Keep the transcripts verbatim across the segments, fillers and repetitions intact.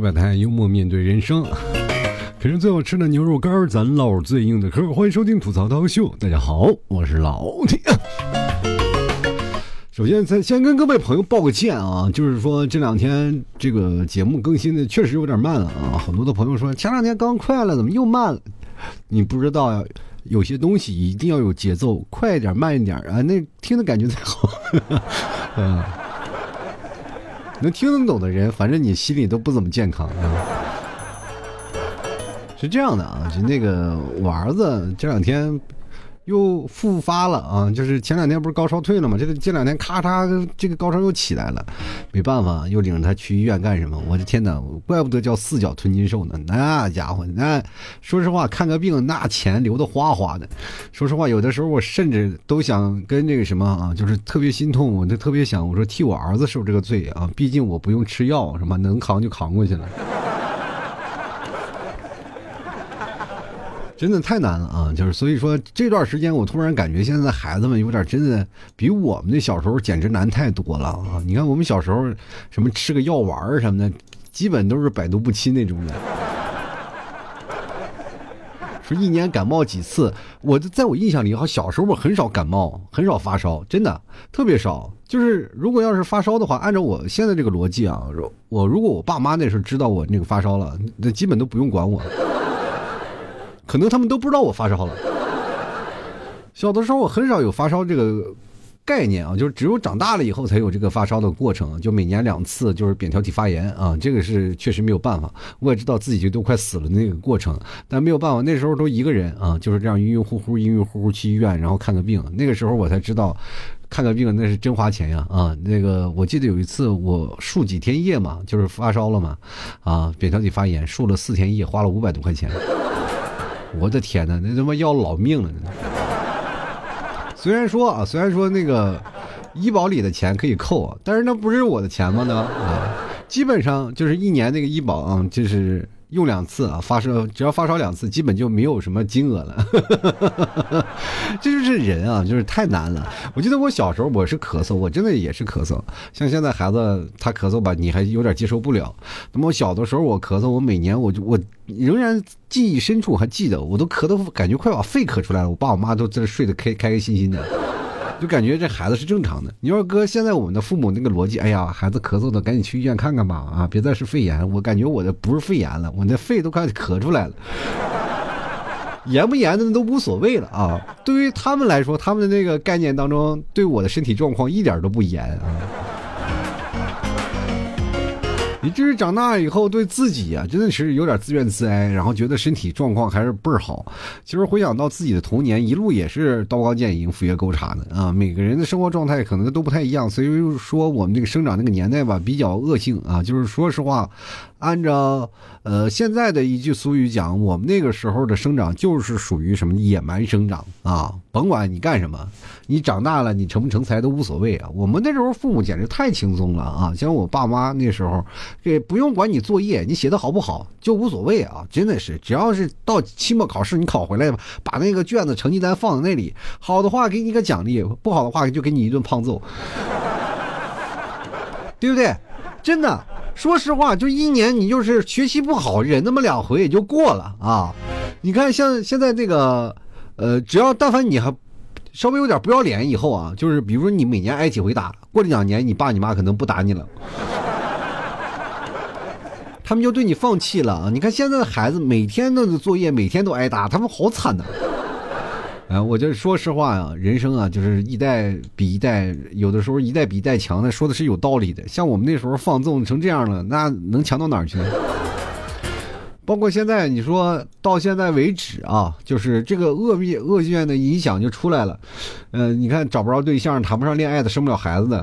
百态，幽默面对人生。啃着最好吃的牛肉干，咱唠最硬的嗑。欢迎收听吐槽涛秀，大家好，我是老铁。首先先跟各位朋友报个歉啊，就是说这两天这个节目更新的确实有点慢了啊，很多的朋友说前两天刚快了，怎么又慢了？你不知道呀，有些东西一定要有节奏，快一点慢一点啊，那听的感觉才好。嗯，能听得懂的人，反正你心里都不怎么健康啊。是这样的啊，就那个我儿子这两天又复发了啊，就是前两天不是高烧退了嘛，这个这两天咔嚓这个高烧又起来了，没办法，又领着他去医院干什么？我的天哪，怪不得叫四脚吞金兽呢，那家伙，那说实话看个病那钱流得哗哗的，说实话有的时候我甚至都想跟这个什么啊，就是特别心痛，我就特别想我说替我儿子受这个罪啊，毕竟我不用吃药，什么能扛就扛过去了。真的太难了啊！就是所以说这段时间我突然感觉现在孩子们有点真的比我们那小时候简直难太多了啊！你看我们小时候什么吃个药丸什么的，基本都是百毒不侵那种的。说一年感冒几次，我在我印象里，好小时候我很少感冒，很少发烧，真的特别少。就是如果要是发烧的话，按照我现在这个逻辑啊，我如果我爸妈那时候知道我那个发烧了，那基本都不用管我。可能他们都不知道我发烧了。小的时候我很少有发烧这个概念啊，就是只有长大了以后才有这个发烧的过程，就每年两次就是扁桃体发炎啊，这个是确实没有办法。我也知道自己就都快死了那个过程，但没有办法，那时候都一个人啊，就是这样晕晕乎乎晕晕乎乎去医院，然后看个病。那个时候我才知道看个病那是真花钱呀啊！那个我记得有一次我数几天夜嘛，就是发烧了嘛，啊，扁桃体发炎，数了四天夜，花了五百多块钱。我的天哪，那他妈要老命了！虽然说啊，虽然说那个医保里的钱可以扣啊，但是那不是我的钱吗？呢啊，基本上就是一年那个医保啊，就是用两次啊，发烧只要发烧两次，基本就没有什么金额了。这就是人啊，就是太难了。我记得我小时候我是咳嗽，我真的也是咳嗽。像现在孩子他咳嗽吧，你还有点接受不了。那么我小的时候我咳嗽，我每年我就我仍然记忆深处还记得，我都咳得感觉快把肺咳出来了。我爸我妈都在这睡得开开开心心的。就感觉这孩子是正常的。你要搁现在我们的父母那个逻辑，哎呀，孩子咳嗽的赶紧去医院看看吧，啊，别再是肺炎。我感觉我的不是肺炎了，我那肺都快咳出来了。严不严的都无所谓了啊。对于他们来说，他们的那个概念当中，对我的身体状况一点都不严啊。你这是长大以后对自己啊，真的是有点自怨自哀，然后觉得身体状况还是倍儿好。其实回想到自己的童年，一路也是刀光剑影、斧钺钩叉的啊。每个人的生活状态可能都不太一样，所以说我们这个生长那个年代吧，比较恶性啊。就是说实话，按照呃现在的一句俗语讲，我们那个时候的生长就是属于什么野蛮生长啊。甭管你干什么，你长大了，你成不成才都无所谓啊。我们那时候父母简直太轻松了啊，像我爸妈那时候。这不用管你作业，你写的好不好就无所谓啊！真的是，只要是到期末考试你考回来，把那个卷子成绩单放在那里，好的话给你个奖励，不好的话就给你一顿胖揍，对不对？真的，说实话，就一年你就是学习不好，忍那么两回也就过了啊！你看像现在这个，呃，只要但凡你还稍微有点不要脸以后啊，就是比如说你每年挨几回打，过了两年你爸你妈可能不打你了。他们就对你放弃了啊！你看现在的孩子每天的作业每天都挨打，他们好惨呐！啊，我就说实话呀，人生啊，就是一代比一代，有的时候一代比一代强，那说的是有道理的。像我们那时候放纵成这样了，那能强到哪儿去？包括现在，你说到现在为止啊，就是这个恶劣恶劣的影响就出来了。呃，你看找不着对象，谈不上恋爱的，生不了孩子的。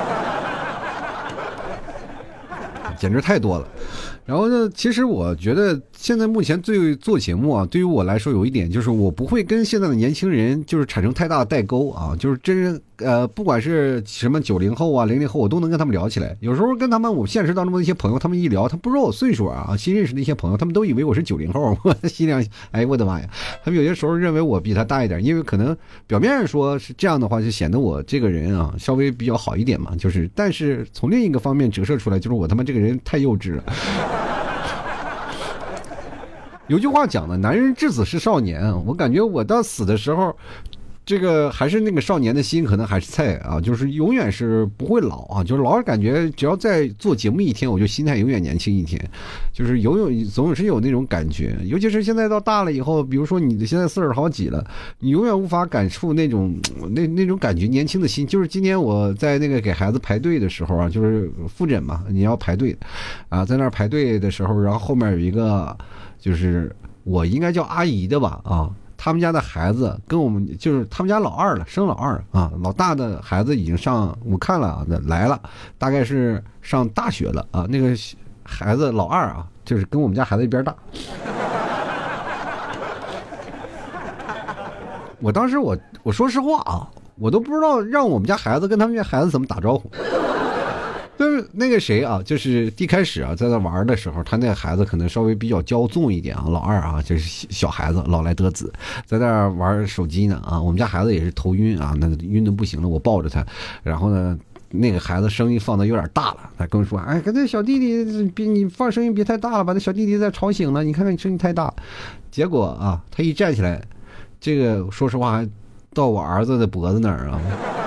简直太多了。然后呢，其实我觉得现在目前最做节目啊，对于我来说有一点就是我不会跟现在的年轻人就是产生太大的代沟啊，就是真呃不管是什么九零后啊零零后，我都能跟他们聊起来。有时候跟他们我现实当中的一些朋友，他们一聊，他不知道我岁数啊，新认识的一些朋友，他们都以为我是九零后，我心想，哎我的妈呀，他们有些时候认为我比他大一点，因为可能表面上说是这样的话，就显得我这个人啊稍微比较好一点嘛，就是但是从另一个方面折射出来，就是我他妈这个人太幼稚了。 有句话讲的，男人至死是少年，我感觉我到死的时候，这个还是那个少年的心可能还是在啊，就是永远是不会老啊，就是老是感觉只要在做节目一天，我就心态永远年轻一天，就是永远总是有那种感觉。尤其是现在到大了以后，比如说你现在四十好几了，你永远无法感触那种那那种感觉年轻的心。就是今天我在那个给孩子排队的时候啊，就是复诊嘛，你要排队啊，在那儿排队的时候，然后后面有一个就是我应该叫阿姨的吧啊。他们家的孩子跟我们就是他们家老二了，生老二啊，老大的孩子已经上，我看了啊，来了，大概是上大学了啊。那个孩子老二啊，就是跟我们家孩子一边大。我当时我我说实话啊，我都不知道让我们家孩子跟他们家孩子怎么打招呼。就是那个谁啊，就是一开始啊，在那玩的时候，他那个孩子可能稍微比较骄纵一点啊，老二啊，就是小孩子，老来得子，在那玩手机呢啊。我们家孩子也是头晕啊，那晕的不行了，我抱着他，然后呢，那个孩子声音放的有点大了，他跟我说，哎，跟那小弟弟别你放声音别太大了，把那小弟弟再吵醒了，你看看你声音太大。结果啊，他一站起来，这个说实话还到我儿子的脖子那儿啊。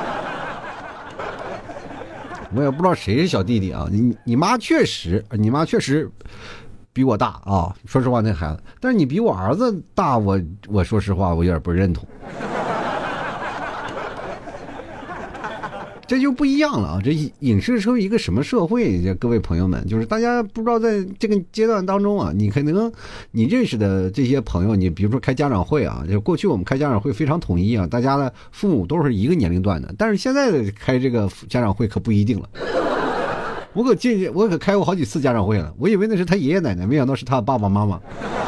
我也不知道谁是小弟弟啊，你你妈确实，你妈确实比我大啊，说实话那孩子，但是你比我儿子大，我我说实话我有点不认同。这就不一样了啊！这影视出一个什么社会？各位朋友们，就是大家不知道在这个阶段当中啊，你可能你认识的这些朋友，你比如说开家长会啊，就过去我们开家长会非常统一啊，大家的父母都是一个年龄段的，但是现在的开这个家长会可不一定了。我可进我可开过好几次家长会了，我以为那是他爷爷奶奶，没想到是他爸爸妈妈。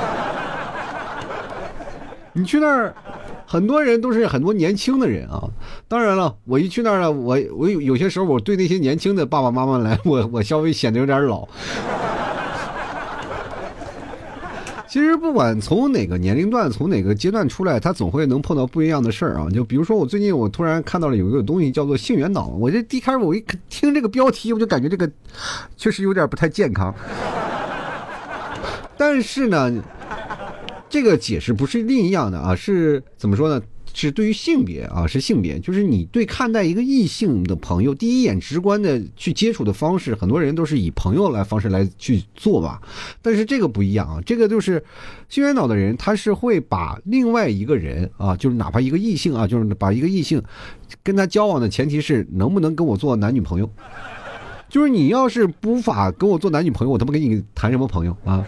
你去那儿。很多人都是很多年轻的人啊，当然了，我一去那儿了，我我有有些时候我对那些年轻的爸爸妈妈来，我我稍微显得有点老。其实不管从哪个年龄段，从哪个阶段出来，他总会能碰到不一样的事儿啊。就比如说我最近我突然看到了有一个东西叫做性缘脑，我这一开始我一听这个标题，我就感觉这个确实有点不太健康。但是呢。这个解释不是另一样的啊，是怎么说呢？是对于性别啊，是性别，就是你对看待一个异性的朋友，第一眼直观的去接触的方式，很多人都是以朋友来方式来去做吧。但是这个不一样啊，这个就是性缘脑的人，他是会把另外一个人啊，就是哪怕一个异性啊，就是把一个异性跟他交往的前提是能不能跟我做男女朋友。就是你要是无法跟我做男女朋友，我他妈跟你谈什么朋友啊？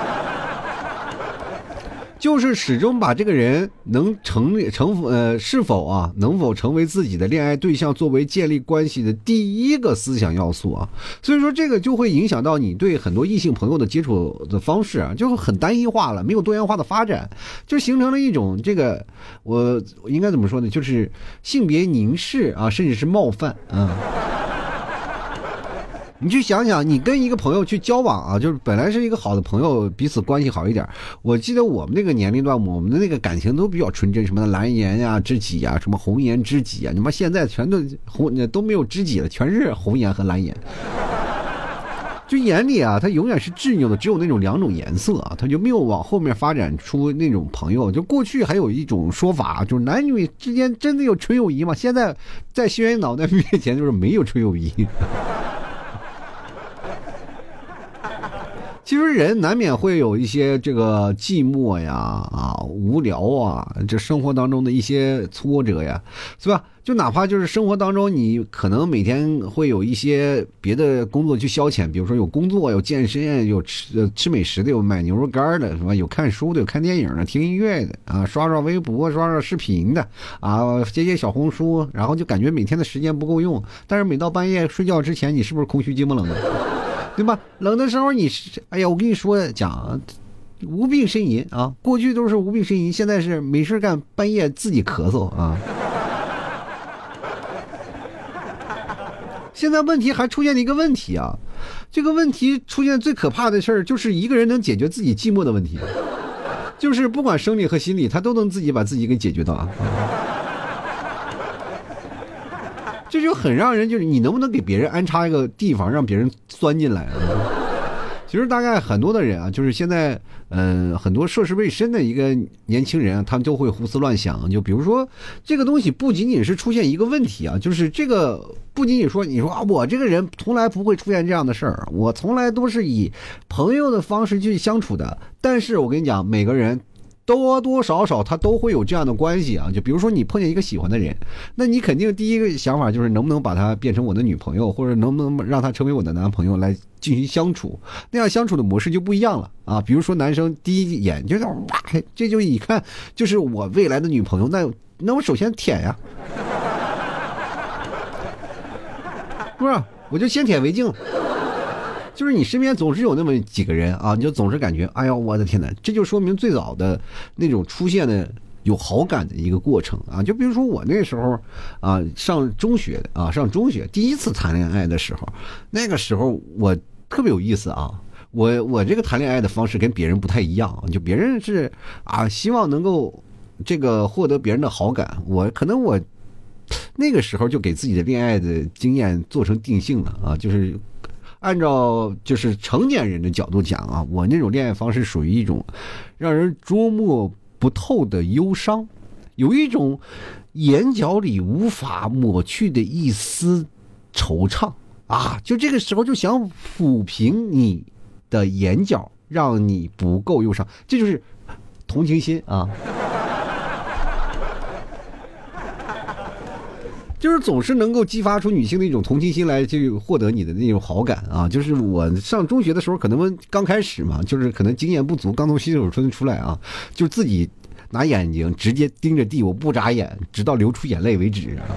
就是始终把这个人能成成呃是否啊能否成为自己的恋爱对象作为建立关系的第一个思想要素啊，所以说这个就会影响到你对很多异性朋友的接触的方式啊，就很单一化了，没有多元化的发展，就形成了一种这个我应该怎么说呢，就是性别凝视啊，甚至是冒犯啊。你去想想，你跟一个朋友去交往啊，就是本来是一个好的朋友，彼此关系好一点。我记得我们那个年龄段，我们的那个感情都比较纯真，什么蓝颜呀、知己呀，什么红颜知己啊，你妈现在全都红都没有知己了，全是红颜和蓝颜。就眼里啊，它永远是执拗的，只有那种两种颜色啊，它就没有往后面发展出那种朋友。就过去还有一种说法，就是男女之间真的有纯友谊吗？现在在轩辕脑袋面前就是没有纯友谊。其实人难免会有一些这个寂寞呀、啊无聊啊，这生活当中的一些挫折呀，是吧？就哪怕就是生活当中，你可能每天会有一些别的工作去消遣，比如说有工作、有健身、有吃吃美食的、有买牛肉干的，是吧？有看书的、有看电影的、听音乐的啊，刷刷微博、刷刷视频的啊，接接小红书，然后就感觉每天的时间不够用，但是每到半夜睡觉之前，你是不是空虚寂寞冷的？对吧？冷的时候你是，哎呀，我跟你说讲，无病呻吟啊，过去都是无病呻吟，现在是没事干，半夜自己咳嗽啊。现在问题还出现了一个问题啊，这个问题出现最可怕的事儿就是一个人能解决自己寂寞的问题，就是不管生理和心理，他都能自己把自己给解决到啊。这就很让人就是你能不能给别人安插一个地方让别人钻进来啊？ 其实大概很多的人啊，就是现在，嗯、呃，很多涉世未深的一个年轻人，他们就会胡思乱想。就比如说，这个东西不仅仅是出现一个问题啊，就是这个不仅仅说你说啊，我这个人从来不会出现这样的事儿，我从来都是以朋友的方式去相处的。但是我跟你讲，每个人多多少少他都会有这样的关系啊，就比如说你碰见一个喜欢的人，那你肯定第一个想法就是能不能把他变成我的女朋友，或者能不能让他成为我的男朋友来进行相处，那样相处的模式就不一样了啊。比如说男生第一眼就是哇，这就一看就是我未来的女朋友，那那我首先舔呀，不是，我就先舔为敬。就是你身边总是有那么几个人啊，你就总是感觉，哎呀，我的天哪，这就说明最早的那种出现的有好感的一个过程啊。就比如说我那时候啊，上中学啊，上中学第一次谈恋爱的时候，那个时候我特别有意思啊。我我这个谈恋爱的方式跟别人不太一样，就别人是啊，希望能够这个获得别人的好感，我可能我那个时候就给自己的恋爱的经验做成定性了啊，就是。按照就是成年人的角度讲啊，我那种恋爱方式属于一种让人捉摸不透的忧伤，有一种眼角里无法抹去的一丝惆怅啊，就这个时候就想抚平你的眼角，让你不够忧伤，这就是同情心啊。就是总是能够激发出女性的一种同情心来，去获得你的那种好感啊！就是我上中学的时候，可能刚开始嘛，就是可能经验不足，刚从洗手村出来啊，就自己拿眼睛直接盯着地，我不眨眼，直到流出眼泪为止啊！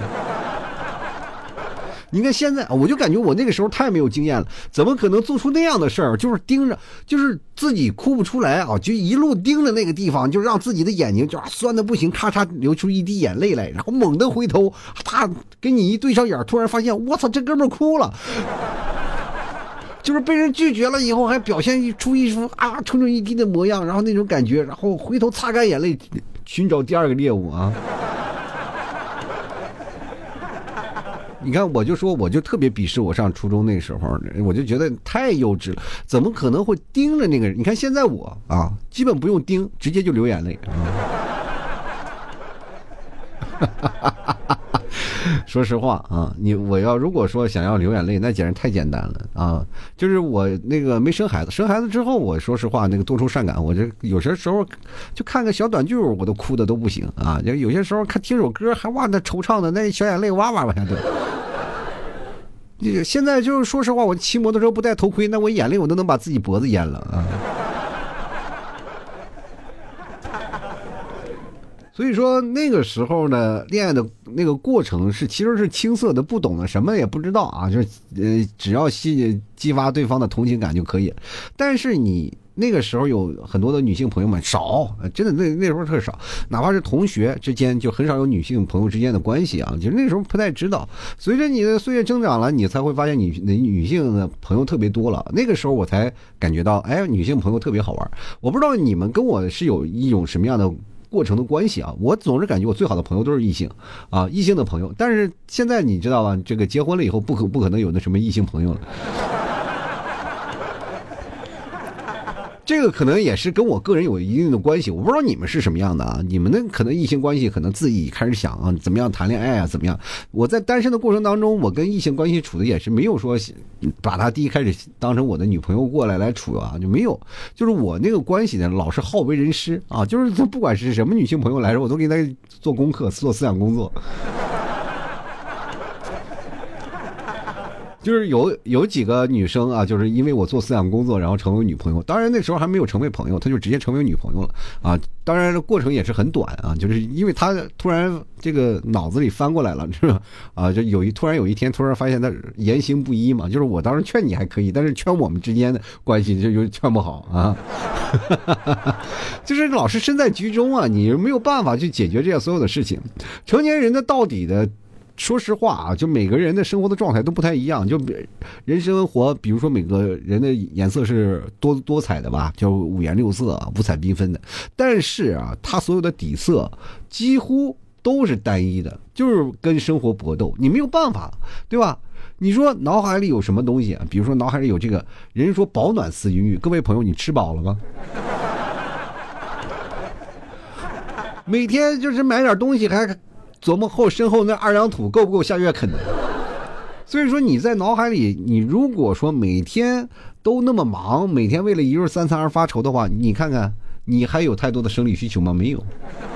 你看现在，我就感觉我那个时候太没有经验了，怎么可能做出那样的事儿？就是盯着，就是自己哭不出来啊，就一路盯着那个地方，就让自己的眼睛就酸的不行，咔嚓流出一滴眼泪来，然后猛地回头，他跟你一对上眼，突然发现，我操，这哥们儿哭了。就是被人拒绝了以后，还表现出一副啊蠢蠢欲滴的模样，然后那种感觉，然后回头擦干眼泪，寻找第二个猎物啊。你看，我就说，我就特别鄙视我上初中那时候，我就觉得太幼稚了，怎么可能会盯着那个人？你看现在我啊，基本不用盯，直接就流眼泪。啊、说实话啊，你我要如果说想要流眼泪，那简直太简单了啊！就是我那个没生孩子，生孩子之后，我说实话，那个多愁善感，我这有些时候就看个小短剧，我都哭的都不行啊！有些时候看听首歌，还哇那惆怅的那小眼泪哇哇往下掉。现在就是说实话，我骑摩托车不戴头盔，那我眼泪我都能把自己脖子淹了啊！所以说那个时候呢，恋爱的那个过程是其实是青涩的，不懂的，什么也不知道啊，就是呃，只要吸激发对方的同情感就可以。但是你那个时候有很多的女性朋友们少，真的那那时候特少，哪怕是同学之间就很少有女性朋友之间的关系啊，就是那时候不太知道。随着你的岁月增长了，你才会发现女女性的朋友特别多了。那个时候我才感觉到，哎，女性朋友特别好玩。我不知道你们跟我是有一种什么样的过程的关系啊，我总是感觉我最好的朋友都是异性啊，异性的朋友。但是现在你知道吧，这个结婚了以后不可不可能有那什么异性朋友了。这个可能也是跟我个人有一定的关系，我不知道你们是什么样的啊？你们的可能异性关系可能自己开始想啊，怎么样谈恋爱啊，怎么样？我在单身的过程当中，我跟异性关系处的也是没有说把他第一开始当成我的女朋友过来来处啊，就没有。就是我那个关系呢，老是好为人师啊，就是不管是什么女性朋友来说，我都给她做功课，做思想工作。就是有有几个女生啊，就是因为我做思想工作，然后成为女朋友。当然那时候还没有成为朋友，她就直接成为女朋友了啊。当然过程也是很短啊，就是因为她突然这个脑子里翻过来了，是吧？啊，就有一突然有一天突然发现她言行不一嘛，就是我当时劝你还可以，但是劝我们之间的关系就有劝不好啊。就是老是身在局中啊，你没有办法去解决这样所有的事情。成年人的到底的。说实话啊，就每个人的生活的状态都不太一样，就人生活，比如说每个人的颜色是多多彩的吧，就五颜六色、五彩缤纷的，但是啊，它所有的底色几乎都是单一的，就是跟生活搏斗，你没有办法，对吧？你说脑海里有什么东西啊？比如说脑海里有这个人说饱暖思淫欲，各位朋友，你吃饱了吗？每天就是买点东西还琢磨后身后那二两土够不够下月啃的。所以说你在脑海里，你如果说每天都那么忙，每天为了一日三餐而发愁的话，你看看你还有太多的生理需求吗？没有。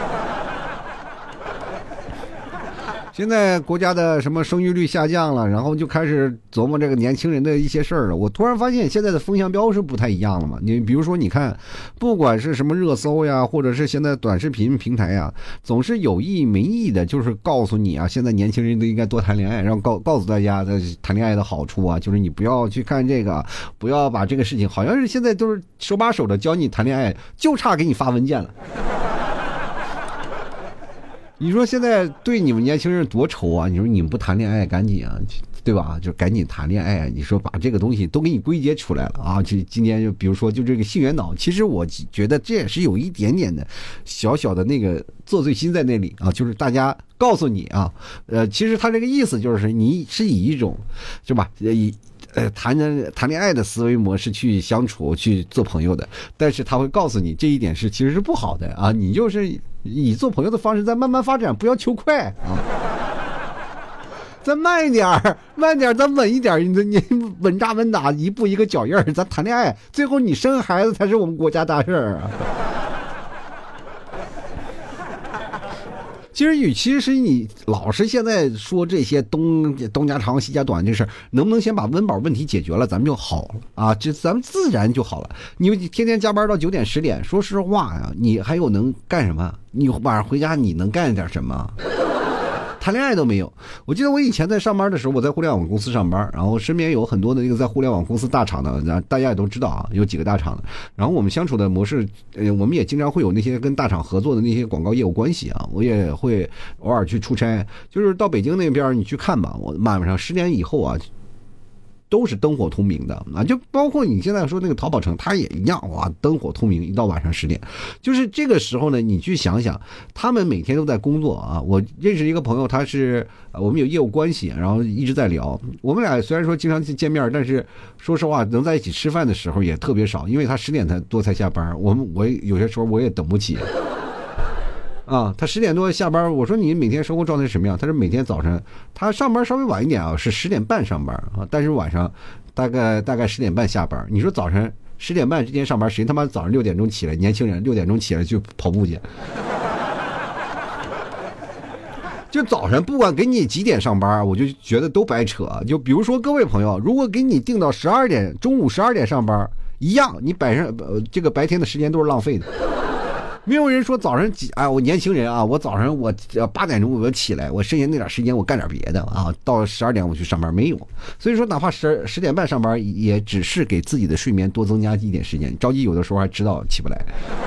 现在国家的什么生育率下降了，然后就开始琢磨这个年轻人的一些事儿了。我突然发现现在的风向标是不太一样了嘛。你比如说你看，不管是什么热搜呀，或者是现在短视频平台呀，总是有意没意的，就是告诉你啊，现在年轻人都应该多谈恋爱，然后告告诉大家的谈恋爱的好处啊，就是你不要去看这个，不要把这个事情，好像是现在都是手把手的教你谈恋爱，就差给你发文件了。你说现在对你们年轻人多愁啊！你说你们不谈恋爱赶紧啊，对吧？就赶紧谈恋爱。你说把这个东西都给你归结出来了啊！就今天就比如说就这个性缘脑，其实我觉得这也是有一点点的小小的那个作祟心在那里啊，就是大家告诉你啊，呃，其实他这个意思就是你是以一种是吧以。呃，谈谈恋爱的思维模式去相处、去做朋友的，但是他会告诉你这一点是其实是不好的啊，你就是以做朋友的方式再慢慢发展，不要求快啊，再慢一点儿，慢点儿，再稳一点儿，你你稳扎稳打，一步一个脚印儿，咱谈恋爱，最后你生孩子才是我们国家大事儿啊。其实与其是你老是现在说这些东东家长西家短这事儿，能不能先把温饱问题解决了，咱们就好了啊，这咱们自然就好了。你天天加班到九点十点，说实话呀，你还有能干什么？你晚上回家你能干点什么？谈恋爱都没有。我记得我以前在上班的时候，我在互联网公司上班，然后身边有很多的那个在互联网公司大厂的，大家也都知道啊，有几个大厂的。然后我们相处的模式，呃，我们也经常会有那些跟大厂合作的那些广告业务关系啊，我也会偶尔去出差，就是到北京那边你去看吧，我晚上十点以后啊。都是灯火通明的啊，就包括你现在说那个淘宝城，它也一样哇，灯火通明，一到晚上十点，就是这个时候呢，你去想想，他们每天都在工作啊。我认识一个朋友，他是我们有业务关系，然后一直在聊。我们俩虽然说经常去见面，但是说实话，能在一起吃饭的时候也特别少，因为他十点才多才下班，我们我有些时候我也等不起。啊，他十点多下班，我说你每天生活状态是什么样？他说每天早晨他上班稍微晚一点啊，是十点半上班啊，但是晚上大概大概十点半下班。你说早晨十点半之前上班，谁他妈早上六点钟起来？年轻人六点钟起来就跑步去，就早晨不管给你几点上班，我就觉得都白扯。就比如说各位朋友，如果给你定到十二点，中午十二点上班，一样，你白上呃这个白天的时间都是浪费的。没有人说早上几哎，我年轻人啊，我早上我八点钟我起来，我剩下那点时间我干点别的啊，到十二点我去上班没有。所以说哪怕十十点半上班，也只是给自己的睡眠多增加一点时间，着急有的时候还知道起不来。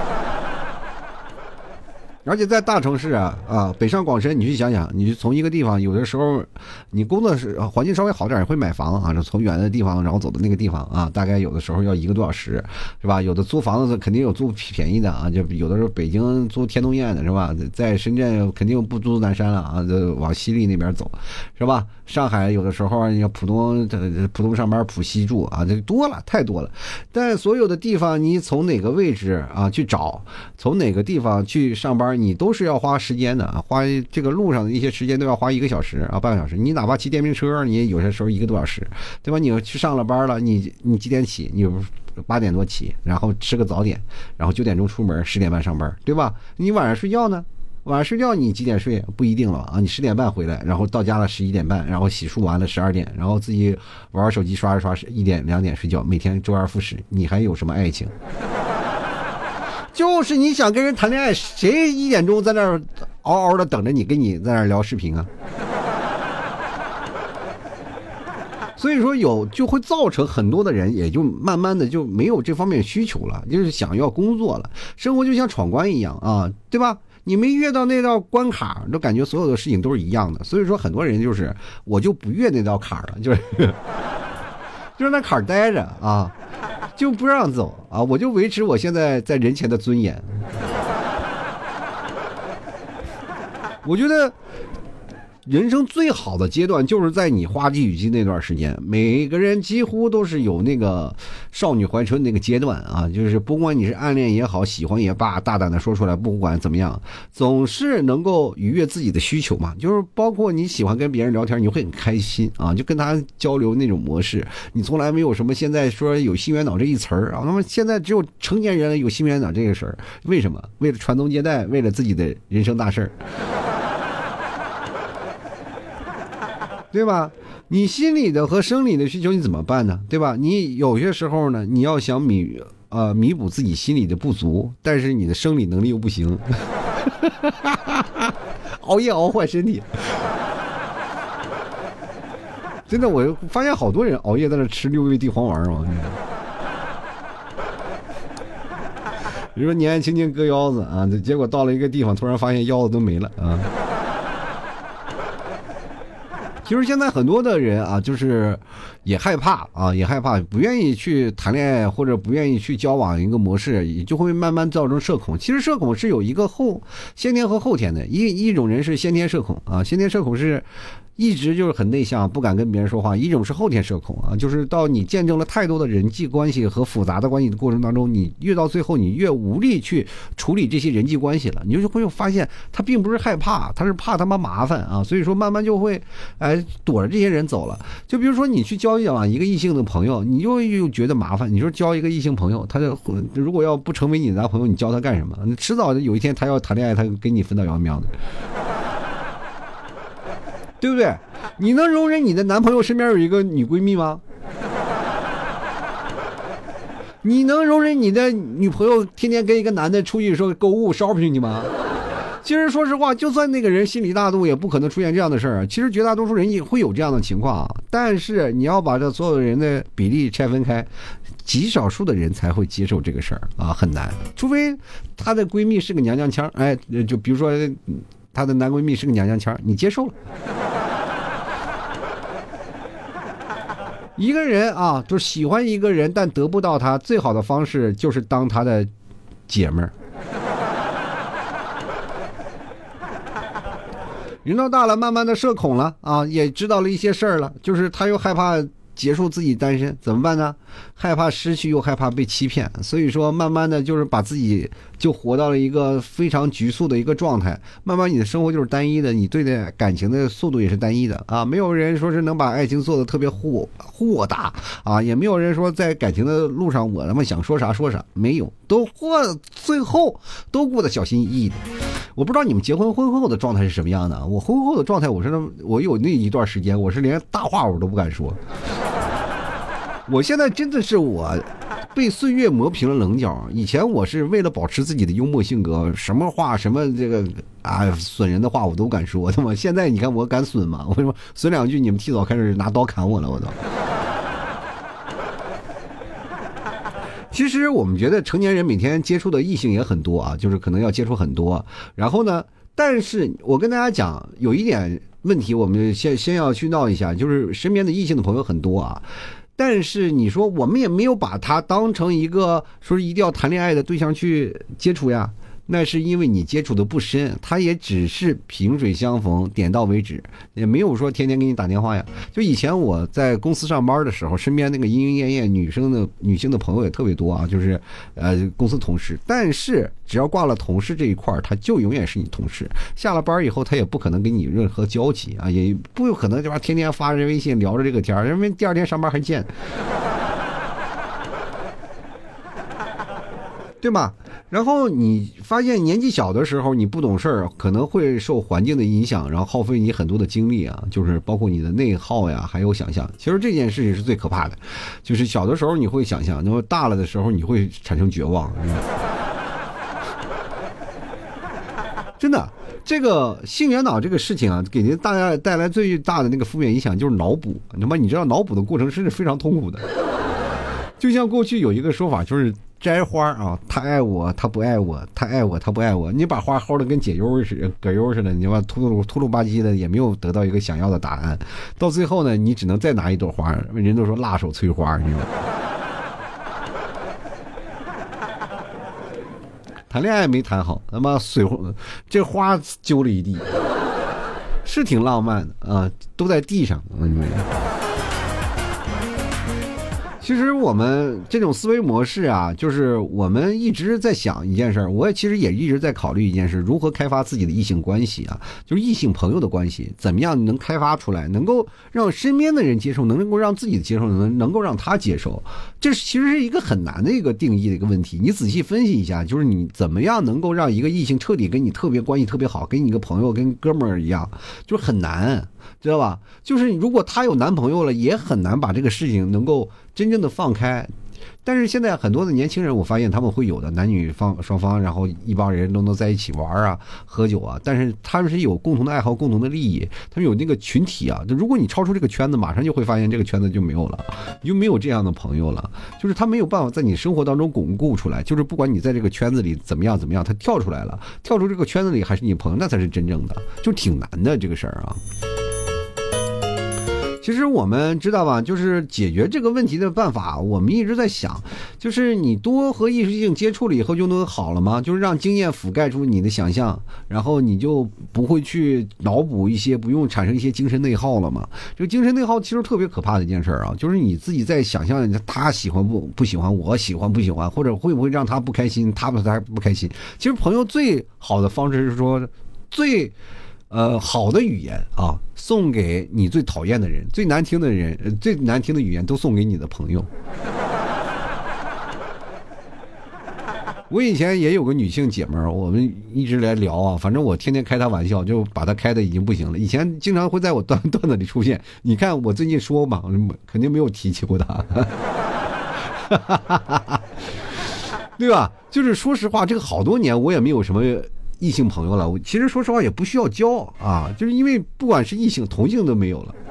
而且在大城市啊啊，北上广深，你去想想，你从一个地方，有的时候你工作是环境稍微好点，也会买房啊，从远的地方然后走到那个地方啊，大概有的时候要一个多小时，是吧？有的租房子肯定有租便宜的啊，就有的时候北京租天通苑的是吧？在深圳肯定不租南山了啊，就往西丽那边走，是吧？上海有的时候你要浦东浦东上班浦西住啊，这多了太多了。但所有的地方你从哪个位置啊去找，从哪个地方去上班，你都是要花时间的啊，花这个路上的一些时间都要花一个小时啊，半个小时。你哪怕骑电瓶车，你有些时候一个多小时，对吧？你去上了班了，你你几点起？你八点多起，然后吃个早点，然后九点钟出门，十点半上班，对吧？你晚上睡觉呢？晚上睡觉你几点睡不一定了啊，你十点半回来，然后到家了十一点半，然后洗漱完了十二点，然后自己玩玩手机刷一刷，一点两点睡觉，每天周而复始，你还有什么爱情？就是你想跟人谈恋爱，谁一点钟在那儿嗷嗷的等着你，跟你在那儿聊视频啊？所以说有就会造成很多的人也就慢慢的就没有这方面需求了，就是想要工作了，生活就像闯关一样啊，对吧？你没越到那道关卡，都感觉所有的事情都是一样的。所以说很多人就是我就不越那道坎了，就是就是那坎待着啊，就不让走啊，我就维持我现在在人前的尊严。 我觉得人生最好的阶段就是在你花季雨季那段时间，每个人几乎都是有那个少女怀春那个阶段啊，就是不管你是暗恋也好，喜欢也罢，大胆的说出来，不管怎么样，总是能够逾越自己的需求嘛。就是包括你喜欢跟别人聊天，你会很开心啊，就跟他交流那种模式，你从来没有什么现在说有性缘脑这一词儿啊，那么现在只有成年人有性缘脑这个事儿，为什么？为了传宗接代，为了自己的人生大事儿。对吧？你心理的和生理的需求你怎么办呢？对吧？你有些时候呢，你要想弥呃弥补自己心理的不足，但是你的生理能力又不行，熬夜熬坏身体。真的，我发现好多人熬夜在那吃六味地黄丸嘛。比如说年纪轻轻割腰子啊，结果到了一个地方，突然发现腰子都没了啊。其实现在很多的人啊，就是也害怕啊，也害怕，不愿意去谈恋爱或者不愿意去交往一个模式，也就会慢慢造成社恐。其实社恐是有一个后先天和后天的，一一种人是先天社恐啊，先天社恐是一直就是很内向，不敢跟别人说话；一种是后天社恐啊，就是到你见证了太多的人际关系和复杂的关系的过程当中，你越到最后，你越无力去处理这些人际关系了，你就会发现他并不是害怕，他是怕他妈麻烦啊，所以说慢慢就会哎躲着这些人走了。就比如说你去交往一个异性的朋友，你就又觉得麻烦，你说交一个异性朋友，他就如果要不成为你的男朋友，你交他干什么？你迟早有一天他要谈恋爱，他跟你分道扬镳的。对不对？你能容忍你的男朋友身边有一个女闺蜜吗？你能容忍你的女朋友天天跟一个男的出去说购物 shopping 去吗？其实说实话，就算那个人心理大度，也不可能出现这样的事儿。其实绝大多数人也会有这样的情况，但是你要把这所有人的比例拆分开，极少数的人才会接受这个事儿啊，很难。除非她的闺蜜是个娘娘腔，哎，就比如说她的男闺蜜是个娘娘腔，你接受了。一个人啊，就是喜欢一个人，但得不到他，最好的方式就是当他的姐们儿。人到大了，慢慢的社恐了啊，也知道了一些事儿了，就是他又害怕结束自己单身，怎么办呢？害怕失去，又害怕被欺骗，所以说慢慢的就是把自己就活到了一个非常局促的一个状态。慢慢你的生活就是单一的，你对待感情的速度也是单一的啊，没有人说是能把爱情做得特别豁豁达啊，也没有人说在感情的路上我他妈想说啥说啥，没有，都过最后都过得小心翼翼的。我不知道你们结婚婚后的状态是什么样的，我婚后的状态，我是我有那一段时间，我是连大话我都不敢说。我现在真的是我被岁月磨平了棱角，以前我是为了保持自己的幽默性格，什么话什么这个啊损人的话我都敢说，那么现在你看我敢损吗？我说损两句你们提早开始拿刀砍我了，我都。其实我们觉得成年人每天接触的异性也很多啊，就是可能要接触很多，然后呢，但是我跟大家讲有一点问题，我们先先要去闹一下，就是身边的异性的朋友很多啊，但是你说我们也没有把他当成一个说一定要谈恋爱的对象去接触呀，那是因为你接触的不深，他也只是萍水相逢，点到为止，也没有说天天给你打电话呀。就以前我在公司上班的时候，身边那个莺莺燕燕女生的女性的朋友也特别多啊，就是呃公司同事，但是只要挂了同事这一块，他就永远是你同事。下了班以后，他也不可能跟你任何交集啊，也不有可能就吧天天发着微信聊着这个天，因为第二天上班还见，对吧？然后你发现年纪小的时候你不懂事儿，可能会受环境的影响，然后耗费你很多的精力啊，就是包括你的内耗呀，还有想象。其实这件事情是最可怕的，就是小的时候你会想象，那么大了的时候你会产生绝望。真的，这个性缘脑这个事情啊，给您大家带来最大的那个负面影响就是脑补。那么你知道脑补的过程是非常痛苦的，就像过去有一个说法，就是摘花啊，他爱我，他不爱我，他爱我，他不爱我。你把花薅的跟解忧似的、葛优似的，你把秃噜秃噜吧唧的，也没有得到一个想要的答案。到最后呢，你只能再拿一朵花，人都说辣手摧花，你知道吗？谈恋爱没谈好，他妈水这花揪了一地。 是挺浪漫的啊，都在地上。嗯，其实我们这种思维模式啊，就是我们一直在想一件事，我也其实也一直在考虑一件事，如何开发自己的异性关系啊，就是异性朋友的关系，怎么样能开发出来，能够让身边的人接受，能够让自己接受，能能够让他接受，这其实是一个很难的一个定义的一个问题。你仔细分析一下，就是你怎么样能够让一个异性彻底跟你特别关系特别好，跟你一个朋友跟哥们儿一样，就是很难。知道吧？就是如果她有男朋友了，也很难把这个事情能够真正的放开。但是现在很多的年轻人，我发现他们会有的男女方双方，然后一帮人都能在一起玩啊、喝酒啊，但是他们是有共同的爱好、共同的利益，他们有那个群体啊。如果你超出这个圈子，马上就会发现这个圈子就没有了，你就没有这样的朋友了。就是他没有办法在你生活当中巩固出来，就是不管你在这个圈子里怎么样怎么样，他跳出来了，跳出这个圈子里还是你朋友，那才是真正的，就挺难的这个事儿啊。其实我们知道吧，就是解决这个问题的办法，我们一直在想，就是你多和艺术性接触了以后就能好了吗？就是让经验覆盖出你的想象，然后你就不会去脑补一些，不用产生一些精神内耗了吗？这个精神内耗其实特别可怕的一件事啊，就是你自己在想象他喜欢不不喜欢，我喜欢不喜欢，或者会不会让他不开心，他不他不开心。其实朋友最好的方式是说最呃，好的语言啊，送给你最讨厌的人，最难听的人，最难听的语言都送给你的朋友。我以前也有个女性姐妹儿，我们一直来聊啊，反正我天天开她玩笑，就把她开的已经不行了。以前经常会在我段段子里出现，你看我最近说嘛，肯定没有提起过她，对吧？就是说实话，这个好多年我也没有什么异性朋友了，我其实说实话也不需要交啊，就是因为不管是异性同性都没有了。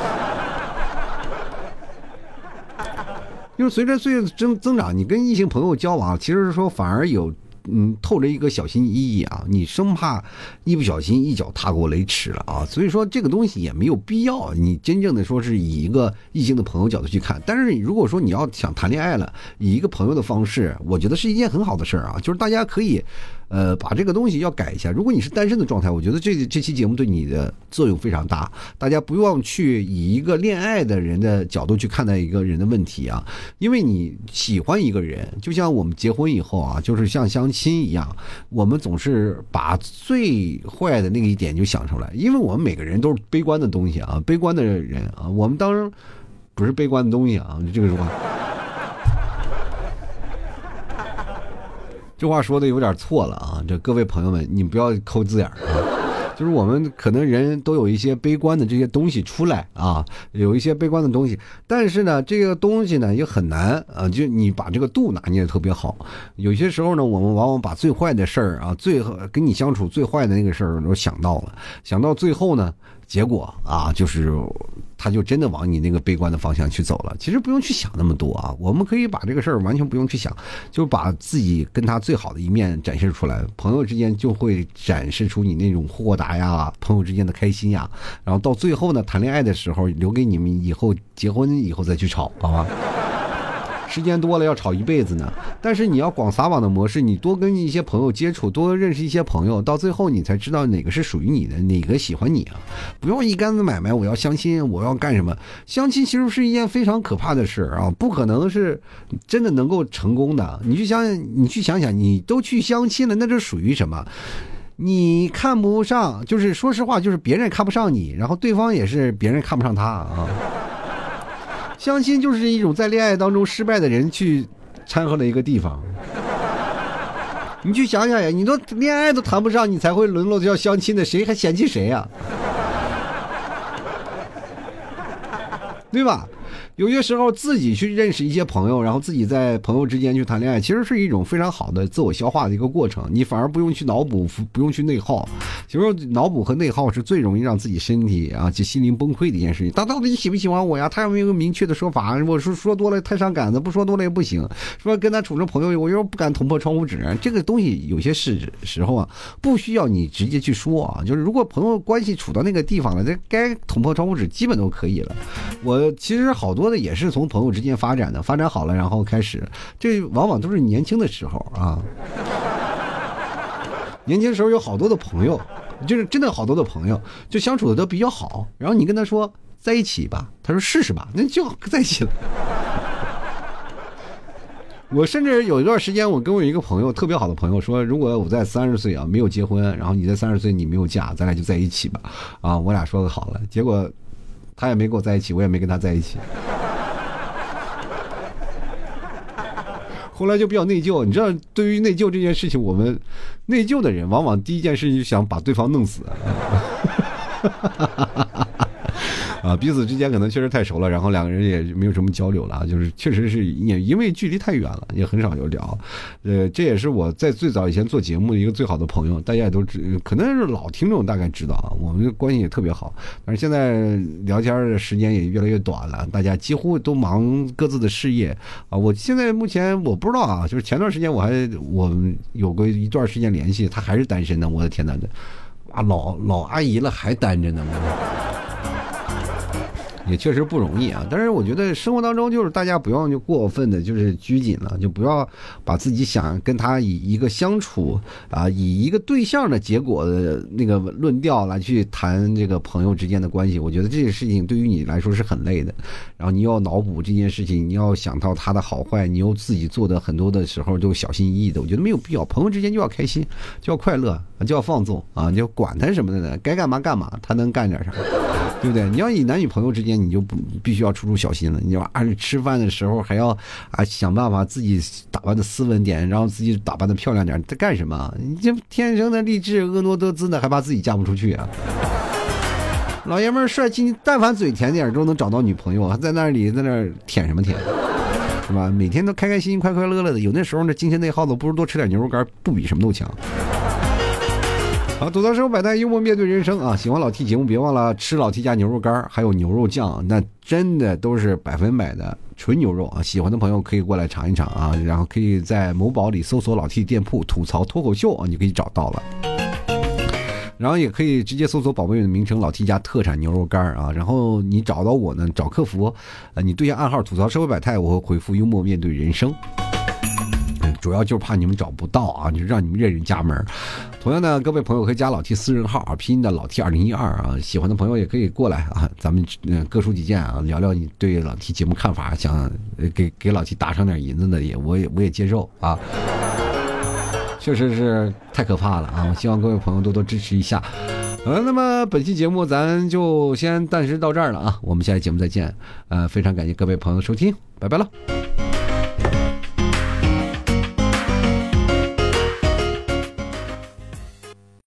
就是随着岁月增增长，你跟异性朋友交往，其实是说反而有嗯透着一个小心翼翼啊，你生怕一不小心一脚踏过雷池了啊，所以说这个东西也没有必要你真正的说是以一个异性的朋友角度去看。但是如果说你要想谈恋爱了，以一个朋友的方式，我觉得是一件很好的事儿啊，就是大家可以呃，把这个东西要改一下。如果你是单身的状态，我觉得这这期节目对你的作用非常大。大家不用去以一个恋爱的人的角度去看待一个人的问题啊，因为你喜欢一个人，就像我们结婚以后啊，就是像相亲一样，我们总是把最坏的那个一点就想出来，因为我们每个人都是悲观的东西啊，悲观的人啊，我们当然不是悲观的东西啊，这个是话。这话说的有点错了啊！这各位朋友们，你不要抠字眼啊！就是我们可能人都有一些悲观的这些东西出来啊，有一些悲观的东西，但是呢，这个东西呢也很难啊，就你把这个度拿捏的特别好。有些时候呢，我们往往把最坏的事儿啊，最跟你相处最坏的那个事儿都想到了，想到最后呢，结果啊，就是他就真的往你那个悲观的方向去走了。其实不用去想那么多啊，我们可以把这个事儿完全不用去想，就把自己跟他最好的一面展示出来。朋友之间就会展示出你那种豁达呀，朋友之间的开心呀，然后到最后呢，谈恋爱的时候留给你们以后结婚以后再去吵，好吧？时间多了要吵一辈子呢。但是你要广撒网的模式，你多跟一些朋友接触，多认识一些朋友，到最后你才知道哪个是属于你的，哪个喜欢你啊！不要一竿子买卖，我要相亲，我要干什么？相亲其实是一件非常可怕的事啊，不可能是真的能够成功的。你去想，你去想想，你都去相亲了，那这属于什么？你看不上，就是说实话，就是别人看不上你，然后对方也是别人看不上他啊。相亲就是一种在恋爱当中失败的人去掺和的一个地方。你去想想呀，你都恋爱都谈不上，你才会沦落到相亲的，谁还嫌弃谁呀？对吧？有些时候自己去认识一些朋友，然后自己在朋友之间去谈恋爱，其实是一种非常好的自我消化的一个过程，你反而不用去脑补，不用去内耗。其实脑补和内耗是最容易让自己身体啊就心灵崩溃的一件事情。他到底喜不喜欢我呀？他有没有一个明确的说法？我说说多了太伤感子，不说多了也不行。说跟他处成朋友，我又不敢捅破窗户纸。这个东西有些事时候啊，不需要你直接去说啊，就是如果朋友关系处到那个地方了，这该捅破窗户纸基本都可以了。我其实好多的也是从朋友之间发展的，发展好了然后开始，这往往都是年轻的时候啊。年轻时候有好多的朋友就是真的好多的朋友，就相处的都比较好。然后你跟他说在一起吧，他说试试吧，那就在一起了。我甚至有一段时间，我跟我一个朋友特别好的朋友说，如果我在三十岁啊没有结婚，然后你在三十岁你没有嫁，咱俩就在一起吧。啊，我俩说的好了，结果他也没跟我在一起，我也没跟他在一起。后来就比较内疚，你知道，对于内疚这件事情，我们内疚的人往往第一件事就想把对方弄死。啊，彼此之间可能确实太熟了，然后两个人也没有什么交流了，就是确实是也因为距离太远了，也很少有聊。呃，这也是我在最早以前做节目的一个最好的朋友，大家也都知，可能是老听众大概知道啊，我们的关系也特别好。但是现在聊天的时间也越来越短了，大家几乎都忙各自的事业啊。我现在目前我不知道啊，就是前段时间我还我们有过一段时间联系，他还是单身呢，我的天哪，啊老老阿姨了还单着呢。也确实不容易啊，但是我觉得生活当中就是大家不要就过分的就是拘谨了，就不要把自己想跟他以一个相处啊，以一个对象的结果的那个论调来去谈这个朋友之间的关系。我觉得这件事情对于你来说是很累的，然后你要脑补这件事情，你要想到他的好坏，你又自己做的很多的时候就小心翼翼的，我觉得没有必要。朋友之间就要开心，就要快乐，就要放纵啊，就管他什么的呢，该干嘛干嘛，他能干点啥，对不对？你要以男女朋友之间，你就不必须要处处小心了。你要按吃饭的时候还要啊想办法自己打扮的斯文点，然后自己打扮的漂亮点，这干什么？你这天生的励志婀娜多姿的，还怕自己嫁不出去啊？老爷们儿帅气，但凡嘴甜点都能找到女朋友，还在那里在那舔什么舔？是吧？每天都开开心心、快快乐乐的，有那时候那精神内耗的，不如多吃点牛肉干，不比什么都强。好，吐槽生活百态，幽默面对人生啊！喜欢老 T 节目，别忘了吃老 T 家牛肉干，还有牛肉酱，那真的都是百分百的纯牛肉啊！喜欢的朋友可以过来尝一尝啊，然后可以在某宝里搜索老 T 店铺吐槽脱口秀啊，你可以找到了。然后也可以直接搜索宝贝的名称老 T 家特产牛肉干啊，然后你找到我呢，找客服，呃，你对下暗号吐槽社会百态，我会回复幽默面对人生。主要就是怕你们找不到啊，就让你们认认家门。同样呢，各位朋友可以加老 T 私人号啊，拼音的老 T 二零一二啊，喜欢的朋友也可以过来啊，咱们各抒己见啊，聊聊你对老 T 节目看法，想给给老 T 打上点银子的也我也我也接受啊。确实是太可怕了啊！我希望各位朋友多多支持一下。呃，那么本期节目咱就先暂时到这儿了啊，我们下期节目再见。呃，非常感谢各位朋友的收听，拜拜了。